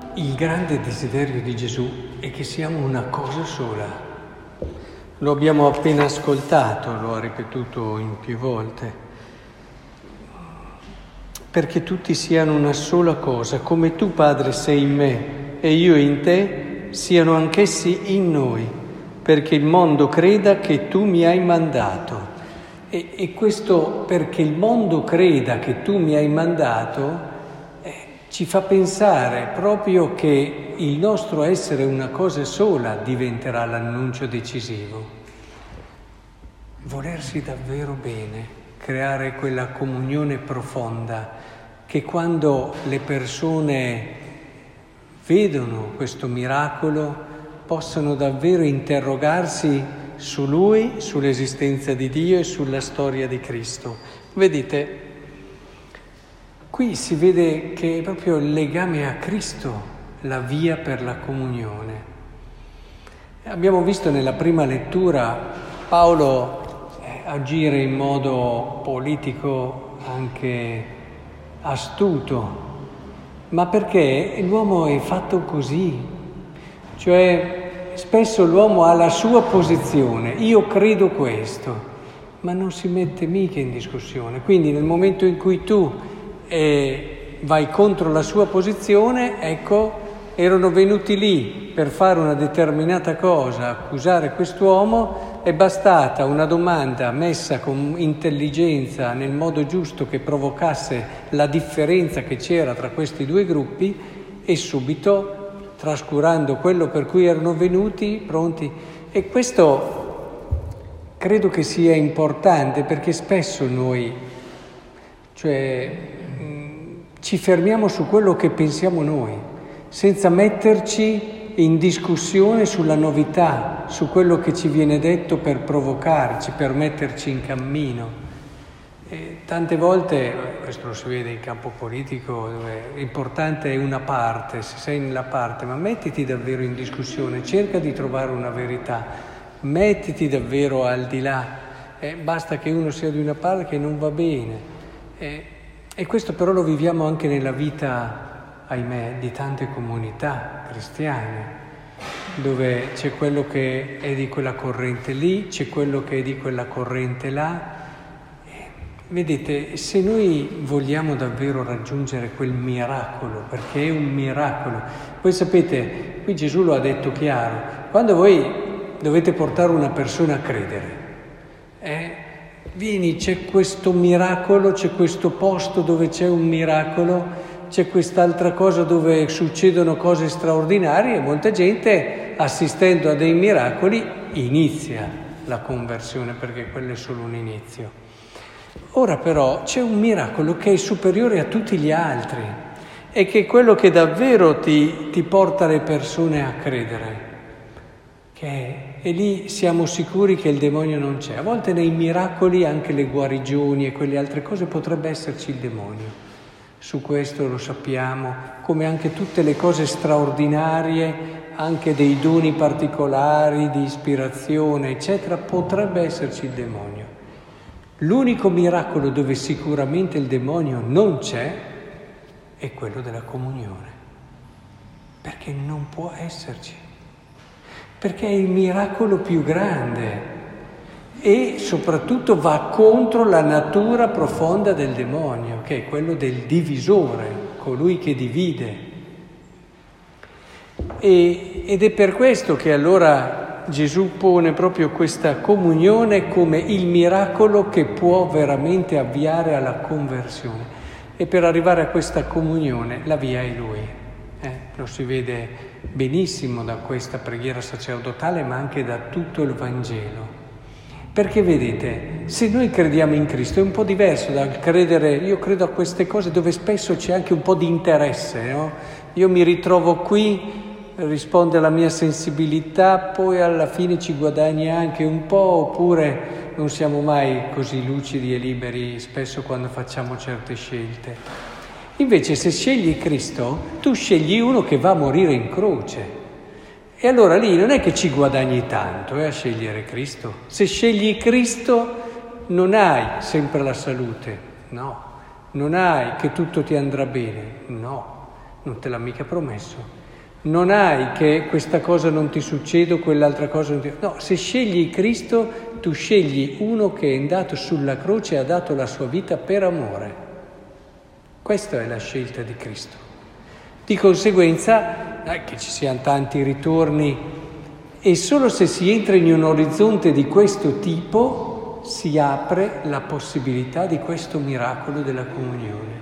il grande desiderio di Gesù è che siamo una cosa sola. Lo abbiamo appena ascoltato, lo ha ripetuto in più volte. Perché tutti siano una sola cosa, come tu, Padre, sei in me e io in te, siano anch'essi in noi, perché il mondo creda che tu mi hai mandato. E questo perché il mondo creda che tu mi hai mandato ci fa pensare proprio che il nostro essere una cosa sola diventerà l'annuncio decisivo. Volersi davvero bene, creare quella comunione profonda che quando le persone vedono questo miracolo possano davvero interrogarsi su Lui, sull'esistenza di Dio e sulla storia di Cristo. Vedete? Qui si vede che è proprio il legame a Cristo la via per la comunione. Abbiamo visto nella prima lettura Paolo agire in modo politico anche astuto, ma perché l'uomo è fatto così, cioè spesso l'uomo ha la sua posizione, io credo questo, ma non si mette mica in discussione. Quindi nel momento in cui tu vai contro la sua posizione, ecco, erano venuti lì per fare una determinata cosa, accusare quest'uomo, è bastata una domanda messa con intelligenza nel modo giusto che provocasse la differenza che c'era tra questi due gruppi e subito, trascurando quello per cui erano venuti, pronti. E questo credo che sia importante perché spesso noi, ci fermiamo su quello che pensiamo noi, senza metterci in discussione sulla novità, su quello che ci viene detto per provocarci, per metterci in cammino. E tante volte, questo lo si vede in campo politico, dove l'importante è una parte, se sei nella parte, ma mettiti davvero in discussione, cerca di trovare una verità, mettiti davvero al di là, basta che uno sia di una parte che non va bene. E questo però lo viviamo anche nella vita, ahimè, di tante comunità cristiane, dove c'è quello che è di quella corrente lì, c'è quello che è di quella corrente là. Vedete, se noi vogliamo davvero raggiungere quel miracolo, perché è un miracolo, voi sapete, qui Gesù lo ha detto chiaro, quando voi dovete portare una persona a credere, vieni, c'è questo miracolo, c'è questo posto dove c'è un miracolo, c'è quest'altra cosa dove succedono cose straordinarie e molta gente, assistendo a dei miracoli, inizia la conversione, perché quello è solo un inizio. Ora però c'è un miracolo che è superiore a tutti gli altri e che è quello che davvero ti porta le persone a credere. E lì siamo sicuri che il demonio non c'è. A volte nei miracoli, anche le guarigioni e quelle altre cose, potrebbe esserci il demonio. Su questo lo sappiamo, come anche tutte le cose straordinarie, anche dei doni particolari di ispirazione, eccetera, potrebbe esserci il demonio. L'unico miracolo dove sicuramente il demonio non c'è è quello della comunione, perché non può esserci. Perché è il miracolo più grande e soprattutto va contro la natura profonda del demonio, che è quello del divisore, colui che divide. Ed è per questo che allora Gesù pone proprio questa comunione come il miracolo che può veramente avviare alla conversione. E per arrivare a questa comunione la via è Lui. Lo si vede benissimo da questa preghiera sacerdotale, ma anche da tutto il Vangelo. Perché vedete, se noi crediamo in Cristo è un po' diverso dal credere, io credo a queste cose dove spesso c'è anche un po' di interesse, no? Io mi ritrovo qui, risponde alla mia sensibilità, poi alla fine ci guadagni anche un po', oppure non siamo mai così lucidi e liberi spesso quando facciamo certe scelte. Invece se scegli Cristo, tu scegli uno che va a morire in croce. E allora lì non è che ci guadagni tanto a scegliere Cristo. Se scegli Cristo non hai sempre la salute, no. Non hai che tutto ti andrà bene, no. non te l'ha mica promesso. Non hai che questa cosa non ti succede o quell'altra cosa non ti... No, se scegli Cristo, tu scegli uno che è andato sulla croce e ha dato la sua vita per amore. Questa è la scelta di Cristo. Di conseguenza, che ci siano tanti ritorni, e solo se si entra in un orizzonte di questo tipo si apre la possibilità di questo miracolo della comunione.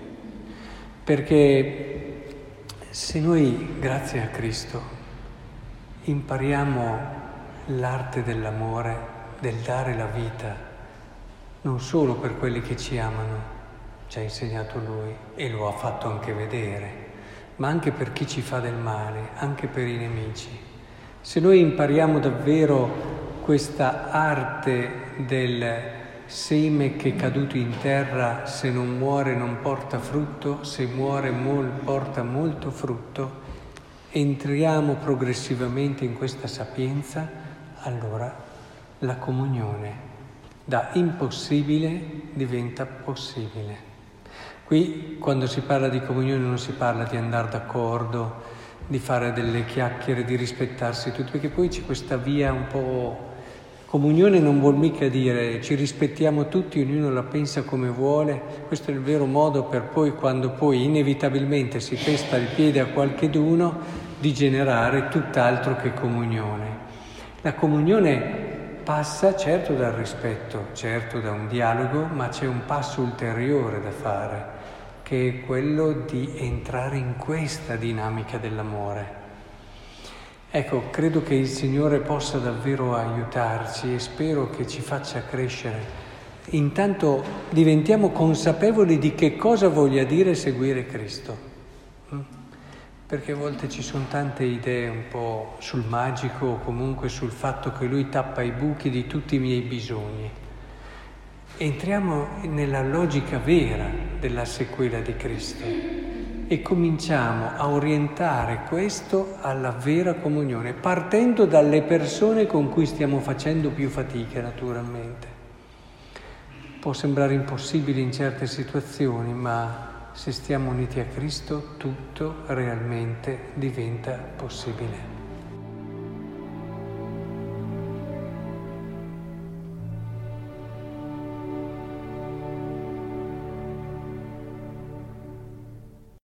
Perché se noi, grazie a Cristo, impariamo l'arte dell'amore, del dare la vita, non solo per quelli che ci amano, ci ha insegnato Lui e lo ha fatto anche vedere, ma anche per chi ci fa del male, anche per i nemici. Se noi impariamo davvero questa arte del seme che caduto in terra, se non muore non porta frutto, se muore porta molto frutto, entriamo progressivamente in questa sapienza, allora la comunione da impossibile diventa possibile. Qui quando si parla di comunione non si parla di andare d'accordo, di fare delle chiacchiere, di rispettarsi tutti, perché poi c'è questa via un po'... Comunione non vuol mica dire ci rispettiamo tutti, ognuno la pensa come vuole. Questo è il vero modo per poi, quando poi inevitabilmente si pesta il piede a qualcheduno, di generare tutt'altro che comunione. La comunione passa certo dal rispetto, certo da un dialogo, ma c'è un passo ulteriore da fare, che è quello di entrare in questa dinamica dell'amore. Ecco, credo che il Signore possa davvero aiutarci e spero che ci faccia crescere. Intanto diventiamo consapevoli di che cosa voglia dire seguire Cristo. Perché a volte ci sono tante idee un po' sul magico o comunque sul fatto che Lui tappa i buchi di tutti i miei bisogni. Entriamo nella logica vera della sequela di Cristo. E cominciamo a orientare questo alla vera comunione, partendo dalle persone con cui stiamo facendo più fatica, naturalmente. Può sembrare impossibile in certe situazioni, ma se stiamo uniti a Cristo, tutto realmente diventa possibile.